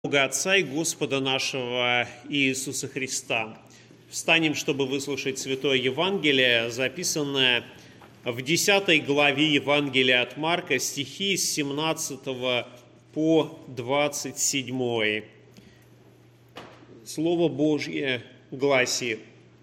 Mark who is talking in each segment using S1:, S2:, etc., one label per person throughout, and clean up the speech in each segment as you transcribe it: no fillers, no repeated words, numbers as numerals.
S1: Бога Отца и Господа нашего Иисуса Христа. Встанем, чтобы выслушать Святое Евангелие, записанное в 10 главе Евангелия от Марка, стихи с 17 по 27. Слово Божье гласит: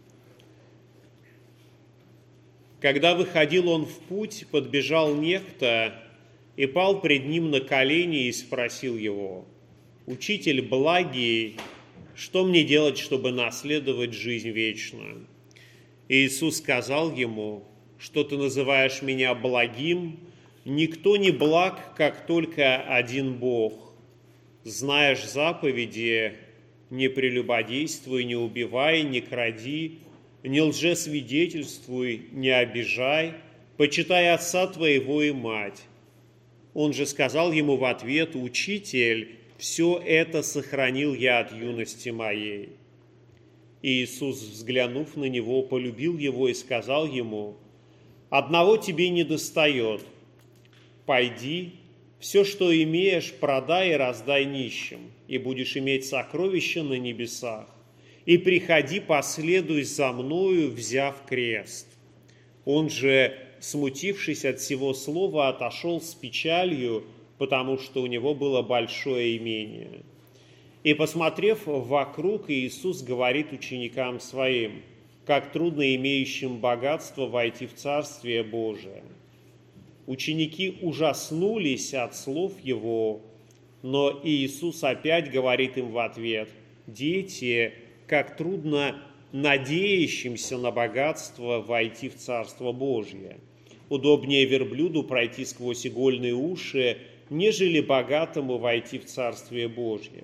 S1: «Когда выходил он в путь, подбежал некто и пал пред ним на колени и спросил его: „Учитель благий, что мне делать, чтобы наследовать жизнь вечную?“ Иисус сказал ему: „Что ты называешь меня благим? Никто не благ, как только один Бог. Знаешь заповеди: не прелюбодействуй, не убивай, не кради, не лжесвидетельствуй, не обижай, почитай отца твоего и мать“. Он же сказал ему в ответ: „Учитель, все это сохранил я от юности моей“. Иисус, взглянув на него, полюбил его и сказал ему: „Одного тебе недостает. Пойди, все, что имеешь, продай и раздай нищим, и будешь иметь сокровища на небесах. И приходи, последуй за мною, взяв крест“. Он же, смутившись от всего слова, отошел с печалью, потому что у него было большое имение. И, посмотрев вокруг, Иисус говорит ученикам своим: как трудно имеющим богатство войти в Царствие Божие. Ученики ужаснулись от слов Его, но Иисус опять говорит им в ответ: „Дети, как трудно надеющимся на богатство войти в Царство Божие. Удобнее верблюду пройти сквозь игольные уши, нежели богатому войти в Царствие Божие“.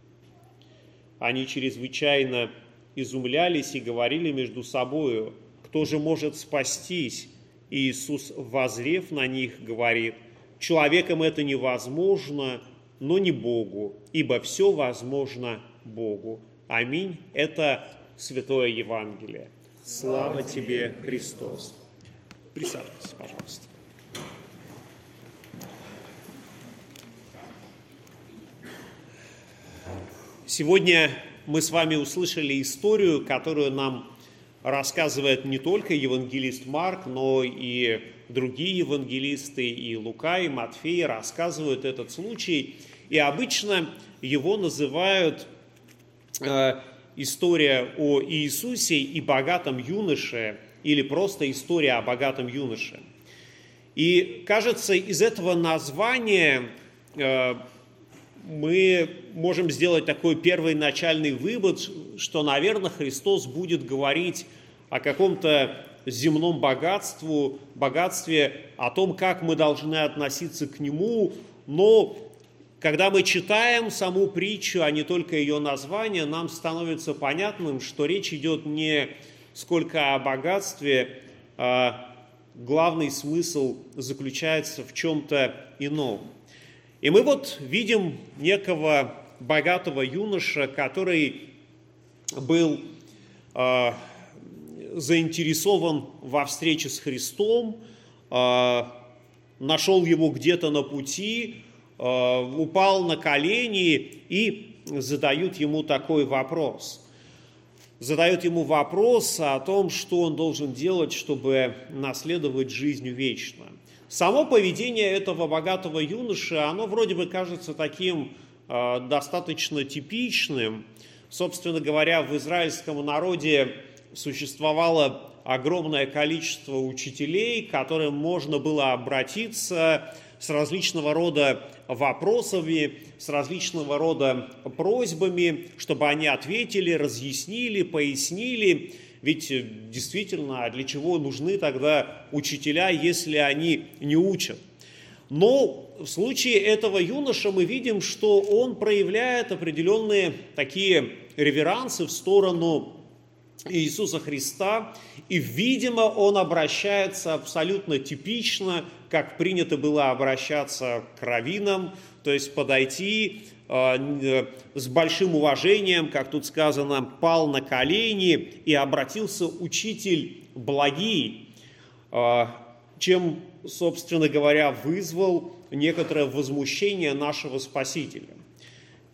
S1: Они чрезвычайно изумлялись и говорили между собою: „Кто же может спастись?“ И Иисус, воззрев на них, говорит: „Человеком это невозможно, но не Богу, ибо все возможно Богу“. Аминь. Это Святое Евангелие. Слава тебе, Христос. Присаживайтесь, пожалуйста. Сегодня мы с вами услышали историю, которую нам рассказывает не только евангелист Марк, но и другие евангелисты, и Лука, и Матфей рассказывают этот случай. И обычно его называют история о Иисусе и богатом юноше, или просто история о богатом юноше. И, кажется, из этого названия мы можем сделать такой первый начальный вывод, что, наверное, Христос будет говорить о каком-то земном богатстве, о том, как мы должны относиться к нему. Но когда мы читаем саму притчу, а не только ее название, нам становится понятным, что речь идет не сколько о богатстве, а главный смысл заключается в чем-то ином. И мы вот видим некого богатого юноша, который был заинтересован во встрече с Христом, нашел его где-то на пути, упал на колени и задают ему такой вопрос. Задают ему вопрос о том, что он должен делать, чтобы наследовать жизнь вечную. Само поведение этого богатого юноши, оно вроде бы кажется таким достаточно типичным. Собственно говоря, в израильском народе существовало огромное количество учителей, к которым можно было обратиться с различного рода вопросами, с различного рода просьбами, чтобы они ответили, разъяснили, пояснили. Ведь действительно, для чего нужны тогда учителя, если они не учат? Но в случае этого юноши мы видим, что он проявляет определенные такие реверансы в сторону Иисуса Христа, и, видимо, он обращается абсолютно типично, как принято было обращаться к раввинам, то есть подойти с большим уважением, как тут сказано, пал на колени и обратился: «Учитель благий», чем, собственно говоря, вызвал некоторое возмущение нашего Спасителя.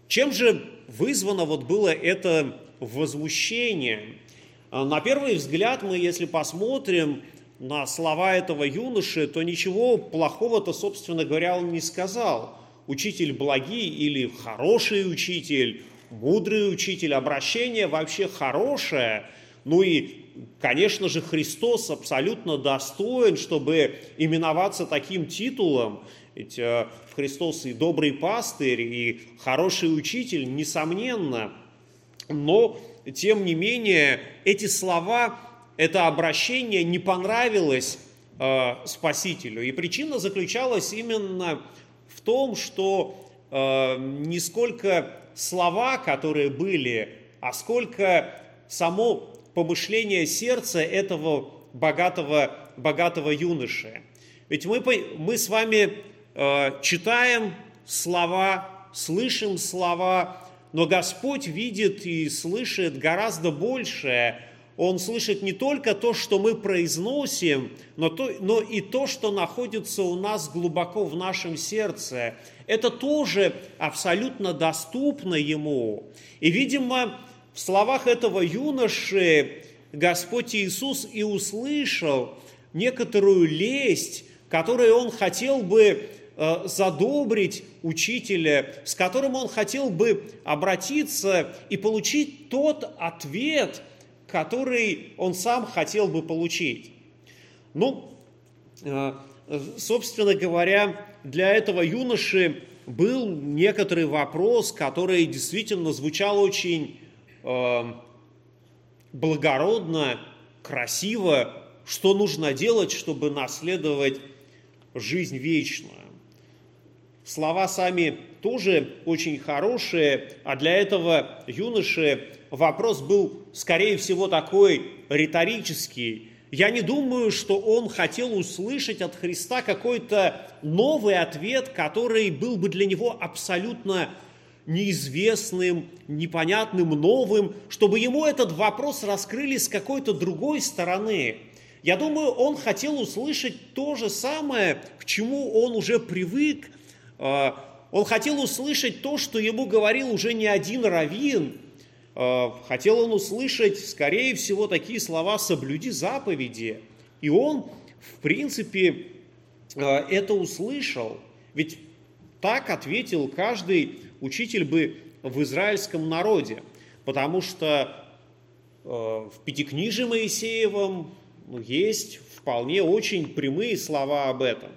S1: Чем же вызвано было это возмущение? На первый взгляд мы, если посмотрим на слова этого юноши, то ничего плохого-то, собственно говоря, он не сказал. Учитель благий или хороший учитель, мудрый учитель, обращение вообще хорошее. Ну и, конечно же, Христос абсолютно достоин, чтобы именоваться таким титулом. Ведь Христос и добрый пастырь, и хороший учитель, несомненно. Но, тем не менее, эти слова, это обращение не понравилось Спасителю. И причина заключалась именно в том, что не сколько слова, которые были, а сколько само помышление сердца этого богатого юноши. Ведь мы с вами читаем слова, слышим слова, но Господь видит и слышит гораздо большее. Он слышит не только то, что мы произносим, но и то, что находится у нас глубоко в нашем сердце. Это тоже абсолютно доступно Ему. И, видимо, в словах этого юноши Господь Иисус и услышал некоторую лесть, которой Он хотел бы задобрить учителя, с которым он хотел бы обратиться и получить тот ответ, который он сам хотел бы получить. Ну, собственно говоря, для этого юноши был некоторый вопрос, который действительно звучал очень благородно, красиво, что нужно делать, чтобы наследовать жизнь вечную. Слова сами тоже очень хорошие, а для этого юноши вопрос был, скорее всего, такой риторический. Я не думаю, что он хотел услышать от Христа какой-то новый ответ, который был бы для него абсолютно неизвестным, непонятным, новым, чтобы ему этот вопрос раскрыли с какой-то другой стороны. Я думаю, он хотел услышать то же самое, к чему он уже привык. Он хотел услышать то, что ему говорил уже не один раввин. Хотел он услышать, скорее всего, такие слова «соблюди заповеди». И он, в принципе, это услышал. Ведь так ответил каждый учитель бы в израильском народе. Потому что в Пятикнижии Моисеевом есть вполне очень прямые слова об этом.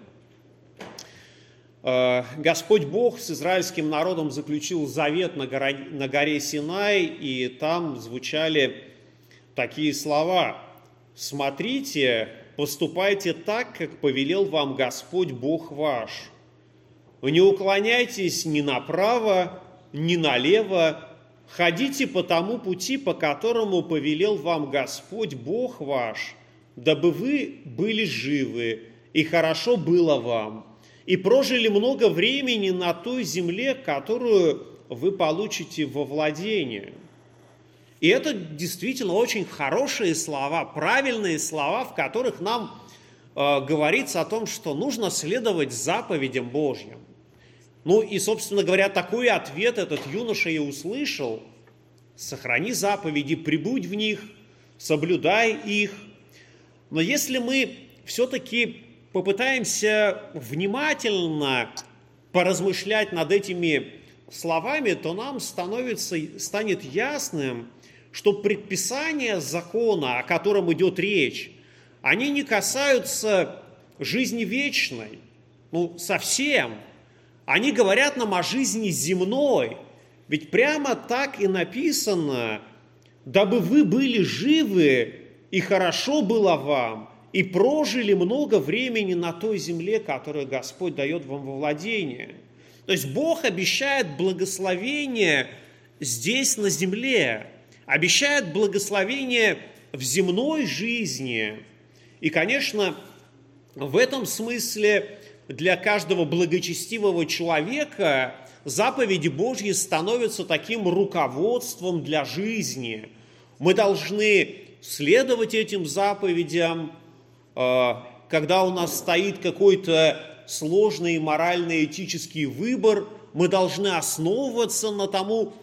S1: Господь Бог с израильским народом заключил завет на горе Синай, и там звучали такие слова: «Смотрите, поступайте так, как повелел вам Господь Бог ваш. Вы не уклоняйтесь ни направо, ни налево, ходите по тому пути, по которому повелел вам Господь Бог ваш, дабы вы были живы, и хорошо было вам, и прожили много времени на той земле, которую вы получите во владение». И это действительно очень хорошие слова, правильные слова, в которых нам говорится о том, что нужно следовать заповедям Божьим. Ну и, собственно говоря, такой ответ этот юноша и услышал: «Сохрани заповеди, пребудь в них, соблюдай их». Но если мы все-таки попытаемся внимательно поразмышлять над этими словами, то нам станет ясным, что предписания закона, о котором идет речь, они не касаются жизни вечной, совсем. Они говорят нам о жизни земной. Ведь прямо так и написано: «Дабы вы были живы, и хорошо было вам, и прожили много времени на той земле, которую Господь дает вам во владение». То есть Бог обещает благословение здесь, на земле, обещает благословение в земной жизни. И, конечно, в этом смысле для каждого благочестивого человека заповеди Божьи становятся таким руководством для жизни. Мы должны следовать этим заповедям, когда у нас стоит какой-то сложный морально-этический выбор, мы должны основываться на том,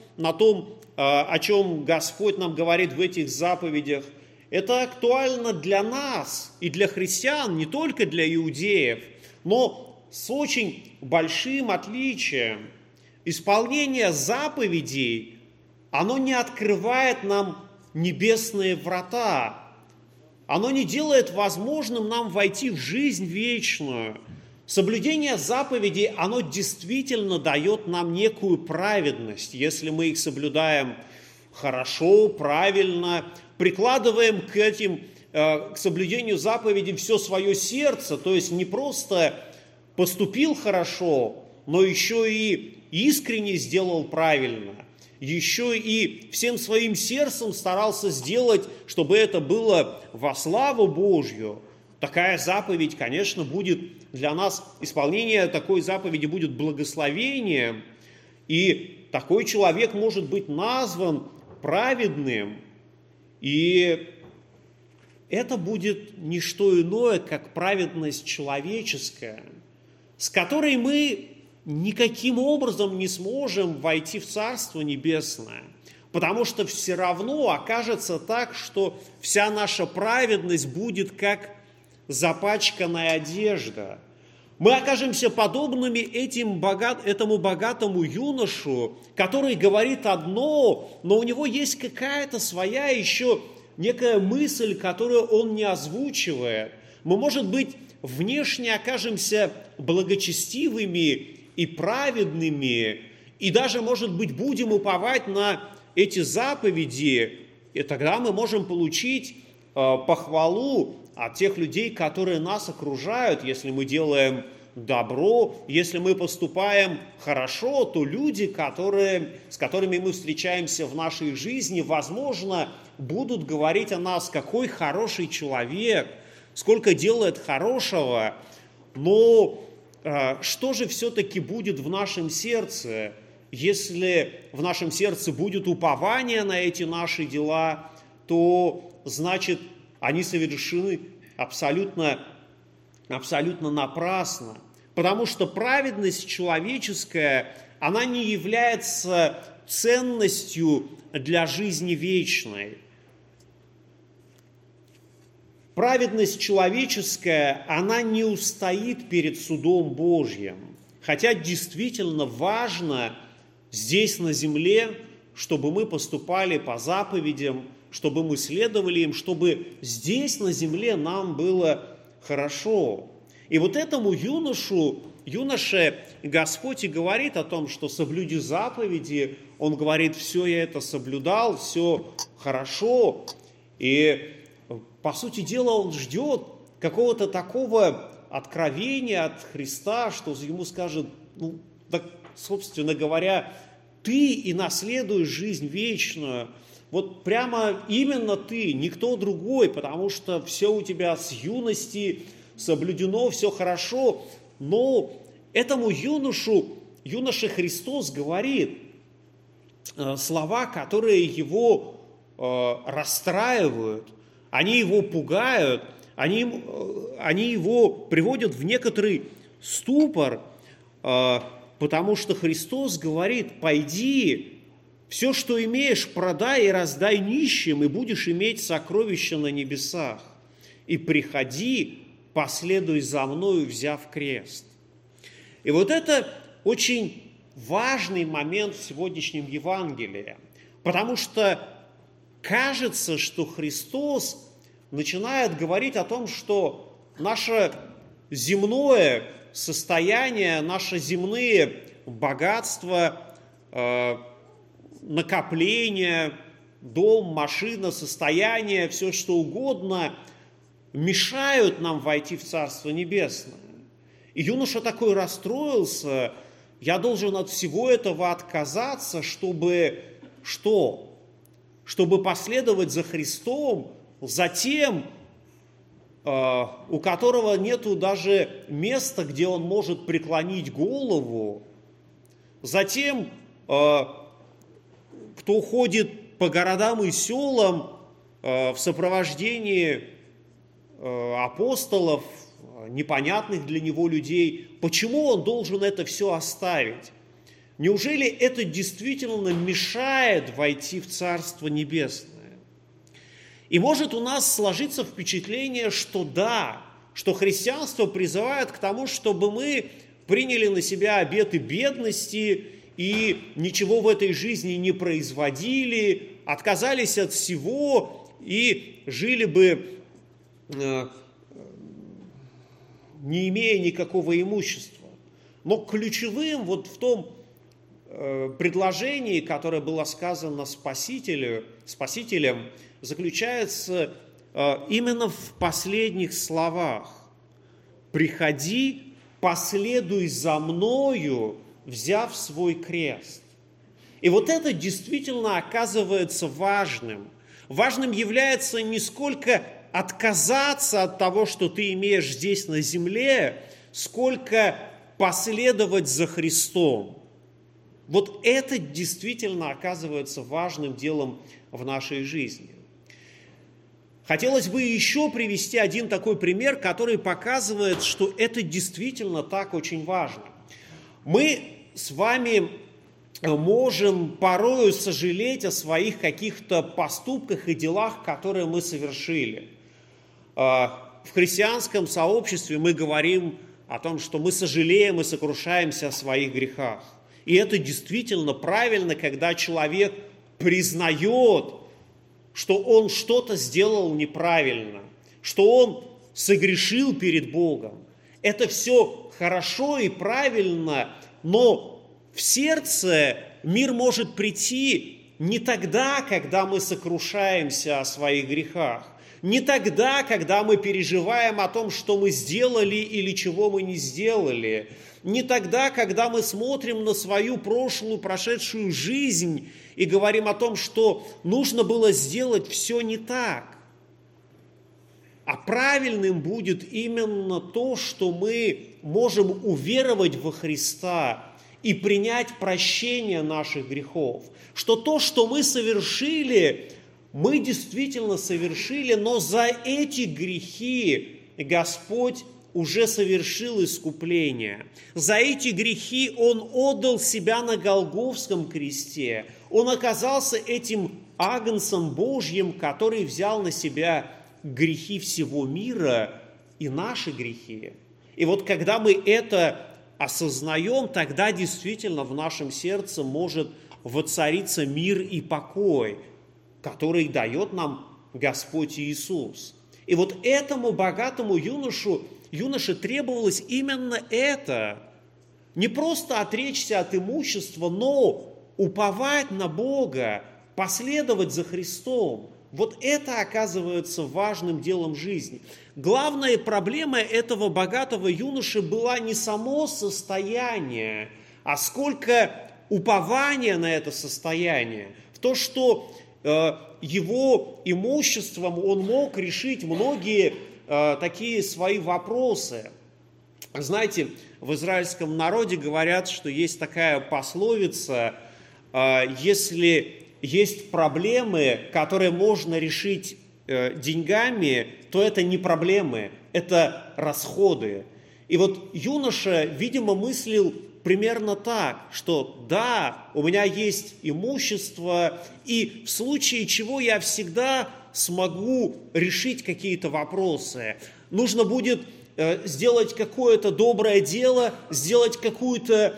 S1: о чем Господь нам говорит в этих заповедях. Это актуально для нас и для христиан, не только для иудеев, но с очень большим отличием. Исполнение заповедей, оно не открывает нам небесные врата. Оно не делает возможным нам войти в жизнь вечную. Соблюдение заповедей, оно действительно дает нам некую праведность, если мы их соблюдаем хорошо, правильно, прикладываем к соблюдению заповедей все свое сердце, то есть не просто поступил хорошо, но еще и искренне сделал правильно, еще и всем своим сердцем старался сделать, чтобы это было во славу Божью. Такая заповедь, конечно, будет для нас, исполнение такой заповеди будет благословением, и такой человек может быть назван праведным, и это будет не что иное, как праведность человеческая, с которой мы никаким образом не сможем войти в Царство Небесное, потому что все равно окажется так, что вся наша праведность будет как запачканная одежда. Мы окажемся подобными этому богатому юношу, который говорит одно, но у него есть какая-то своя еще некая мысль, которую он не озвучивает. Мы, может быть, внешне окажемся благочестивыми и праведными, и даже, может быть, будем уповать на эти заповеди, и тогда мы можем получить похвалу от тех людей, которые нас окружают. Если мы делаем добро, если мы поступаем хорошо, то люди, с которыми мы встречаемся в нашей жизни, возможно, будут говорить о нас, какой хороший человек, сколько делает хорошего. Но что же все-таки будет в нашем сердце, если в нашем сердце будет упование на эти наши дела, то значит, они совершены абсолютно напрасно. Потому что праведность человеческая, она не является ценностью для жизни вечной. Праведность человеческая, она не устоит перед судом Божьим. Хотя действительно важно здесь на земле, чтобы мы поступали по заповедям, чтобы мы следовали им, чтобы здесь на земле нам было хорошо. И вот этому юноше Господь и говорит о том, что соблюди заповеди. Он говорит, все я это соблюдал, все хорошо. И, по сути дела, он ждет какого-то такого откровения от Христа, что ему скажет, так, собственно говоря, ты и наследуешь жизнь вечную. Вот прямо именно ты, никто другой, потому что все у тебя с юности соблюдено, все хорошо. Но этому юноше Христос говорит слова, которые его расстраивают, они его пугают, они его приводят в некоторый ступор, потому что Христос говорит, пойди, все, что имеешь, продай и раздай нищим, и будешь иметь сокровища на небесах. И приходи, последуй за мною, взяв крест. И вот это очень важный момент в сегодняшнем Евангелии, потому что кажется, что Христос начинает говорить о том, что наше земное состояние, наши земные богатства, накопления, дом, машина, состояние, все что угодно, мешают нам войти в Царство Небесное. И юноша такой расстроился, я должен от всего этого отказаться, чтобы что? Чтобы последовать за Христом, за тем, у которого нету даже места, где он может преклонить голову, за тем, кто ходит по городам и селам в сопровождении апостолов, непонятных для него людей. Почему он должен это все оставить? Неужели это действительно мешает войти в Царство Небесное? И может у нас сложиться впечатление, что да, что христианство призывает к тому, чтобы мы приняли на себя обеты бедности и ничего в этой жизни не производили, отказались от всего и жили бы, не имея никакого имущества. Но ключевым вот в том предложении, которое было сказано Спасителем, заключается именно в последних словах. «Приходи, последуй за мною, взяв свой крест». И вот это действительно оказывается важным. Важным является не сколько отказаться от того, что ты имеешь здесь на земле, сколько последовать за Христом. Вот это действительно оказывается важным делом в нашей жизни. Хотелось бы еще привести один такой пример, который показывает, что это действительно так очень важно. Мы с вами можем порою сожалеть о своих каких-то поступках и делах, которые мы совершили. В христианском сообществе мы говорим о том, что мы сожалеем и сокрушаемся о своих грехах. И это действительно правильно, когда человек признает, что он что-то сделал неправильно, что он согрешил перед Богом. Это все хорошо и правильно, но в сердце мир может прийти не тогда, когда мы сокрушаемся о своих грехах, не тогда, когда мы переживаем о том, что мы сделали или чего мы не сделали, не тогда, когда мы смотрим на свою прошлую, прошедшую жизнь и говорим о том, что нужно было сделать все не так. А правильным будет именно то, что мы можем уверовать во Христа и принять прощение наших грехов. Что то, что мы совершили, мы действительно совершили, но за эти грехи Господь уже совершил искупление. За эти грехи Он отдал себя на Голгофском кресте. Он оказался этим агнцем Божьим, который взял на себя грехи всего мира и наши грехи. И вот когда мы это осознаем, тогда действительно в нашем сердце может воцариться мир и покой, который дает нам Господь Иисус. И вот этому богатому юноше требовалось именно это. Не просто отречься от имущества, но уповать на Бога, последовать за Христом. Вот это оказывается важным делом жизни. Главная проблема этого богатого юноши была не само состояние, а сколько упования на это состояние, в то, что его имуществом он мог решить многие такие свои вопросы. Знаете, в израильском народе говорят, что есть такая пословица: если есть проблемы, которые можно решить деньгами, то это не проблемы, это расходы. И вот юноша, видимо, мыслил примерно так, что да, у меня есть имущество, и в случае чего я всегда смогу решить какие-то вопросы. Нужно будет сделать какое-то доброе дело, сделать какую-то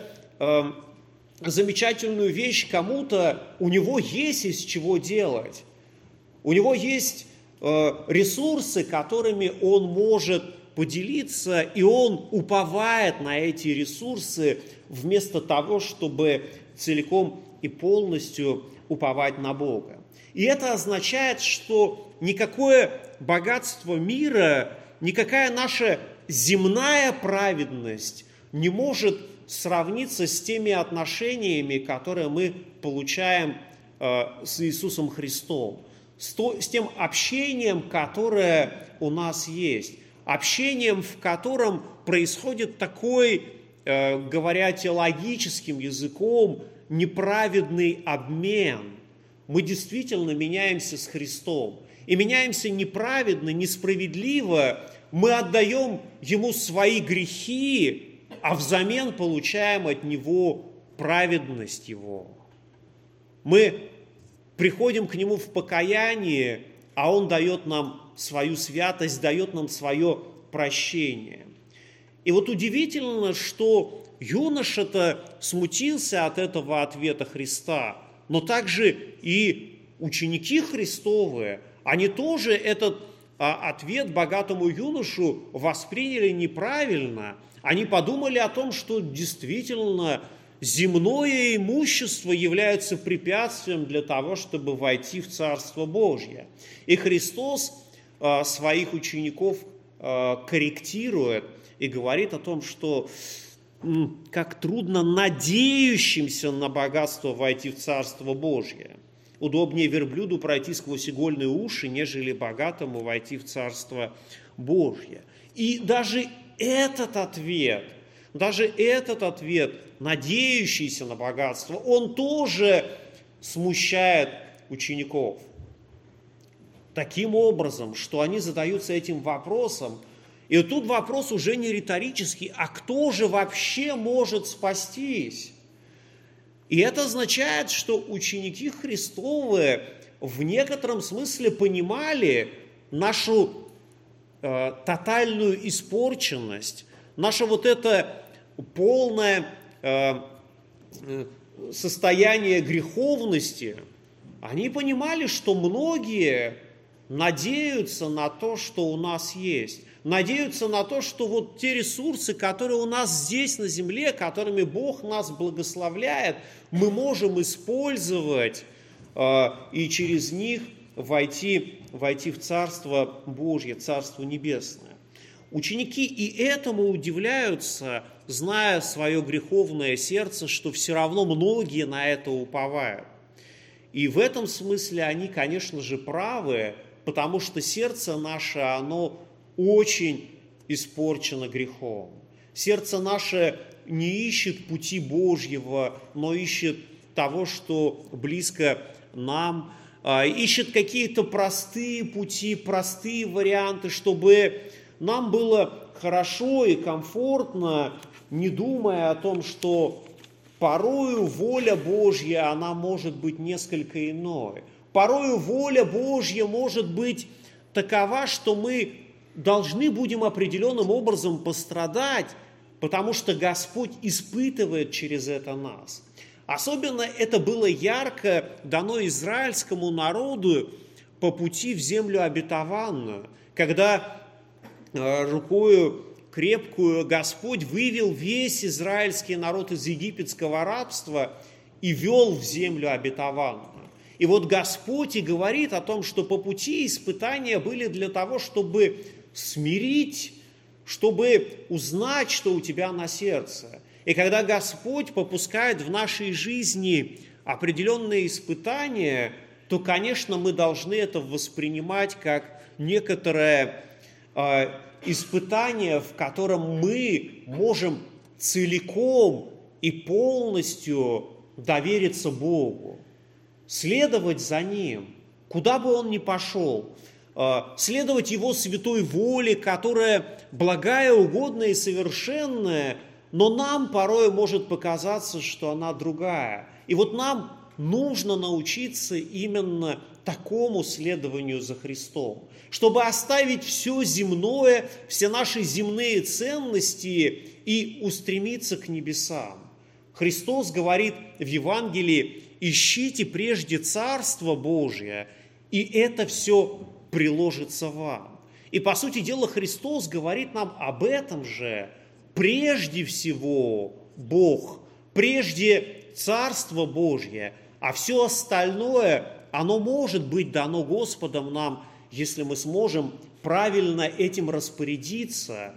S1: замечательную вещь кому-то, у него есть из чего делать. У него есть ресурсы, которыми он может поделиться, и он уповает на эти ресурсы вместо того, чтобы целиком и полностью уповать на Бога. И это означает, что никакое богатство мира, никакая наша земная праведность не может сравниться с теми отношениями, которые мы получаем с Иисусом Христом, с тем общением, которое у нас есть, общением, в котором происходит такой, говоря теологическим языком, неправедный обмен. Мы действительно меняемся с Христом. И меняемся неправедно, несправедливо. Мы отдаем Ему свои грехи, а взамен получаем от Него праведность Его. Мы приходим к Нему в покаянии, а Он дает нам свою святость, дает нам свое прощение. И вот удивительно, что юноша-то смутился от этого ответа Христа, но также и ученики Христовы, они тоже этот ответ богатому юношу восприняли неправильно. Они подумали о том, что действительно земное имущество является препятствием для того, чтобы войти в Царство Божье. И Христос своих учеников корректирует и говорит о том, что как трудно надеющимся на богатство войти в Царство Божье. Удобнее верблюду пройти сквозь игольные уши, нежели богатому войти в Царство Божье. И даже этот ответ, надеющийся на богатство, он тоже смущает учеников. Таким образом, что они задаются этим вопросом. И вот тут вопрос уже не риторический, а кто же вообще может спастись? И это означает, что ученики Христовы в некотором смысле понимали нашу тотальную испорченность, наше вот это полное состояние греховности. Они понимали, что многие надеются на то, что у нас есть. Надеются на то, что вот те ресурсы, которые у нас здесь на земле, которыми Бог нас благословляет, мы можем использовать и через них войти в Царство Божье, Царство Небесное. Ученики и этому удивляются, зная свое греховное сердце, что все равно многие на это уповают. И в этом смысле они, конечно же, правы, потому что сердце наше, оно очень испорчено грехом. Сердце наше не ищет пути Божьего, но ищет того, что близко нам, ищет какие-то простые пути, простые варианты, чтобы нам было хорошо и комфортно, не думая о том, что порою воля Божья, она может быть несколько иной. Порою воля Божья может быть такова, что мы должны будем определенным образом пострадать, потому что Господь испытывает через это нас. Особенно это было ярко дано израильскому народу по пути в землю обетованную, когда рукою крепкую Господь вывел весь израильский народ из египетского рабства и вел в землю обетованную. И вот Господь и говорит о том, что по пути испытания были для того, чтобы смирить, чтобы узнать, что у тебя на сердце. И когда Господь попускает в нашей жизни определенные испытания, то, конечно, мы должны это воспринимать как некоторое испытание, в котором мы можем целиком и полностью довериться Богу, следовать за Ним, куда бы Он ни пошел, следовать Его святой воле, которая благая, угодная и совершенная, но нам порой может показаться, что она другая. И вот нам нужно научиться именно такому следованию за Христом, чтобы оставить все земное, все наши земные ценности и устремиться к небесам. Христос говорит в Евангелии: ищите прежде Царство Божие, и это все приложится вам. И, по сути дела, Христос говорит нам об этом же. Прежде всего Бог, прежде Царство Божье, а все остальное, оно может быть дано Господом нам, если мы сможем правильно этим распорядиться.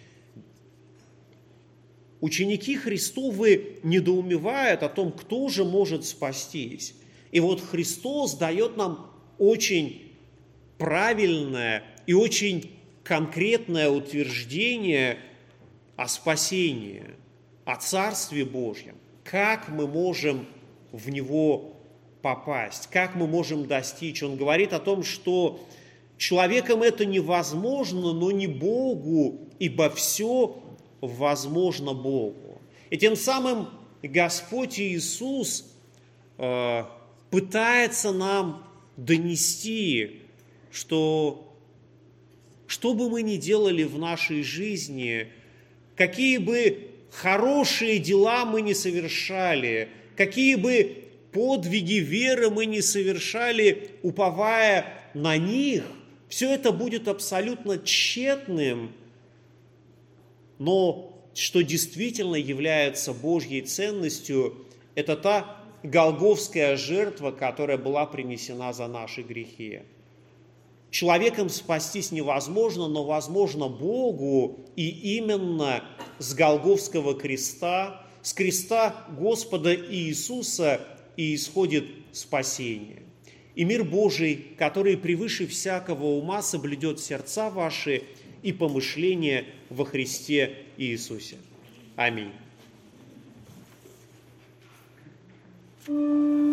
S1: Ученики Христовы недоумевают о том, кто же может спастись. И вот Христос дает нам очень правильное и очень конкретное утверждение о спасении, о Царстве Божьем. Как мы можем в него попасть, как мы можем достичь. Он говорит о том, что человеком это невозможно, но не Богу, ибо все возможно Богу. И тем самым Господь Иисус пытается нам донести, что бы мы ни делали в нашей жизни, какие бы хорошие дела мы ни совершали, какие бы подвиги веры мы ни совершали, уповая на них, все это будет абсолютно тщетным, но что действительно является Божьей ценностью, это та голгофская жертва, которая была принесена за наши грехи. Человеком спастись невозможно, но возможно Богу, и именно с Голгофского креста, с креста Господа Иисуса и исходит спасение. И мир Божий, который превыше всякого ума, соблюдет сердца ваши и помышления во Христе Иисусе. Аминь.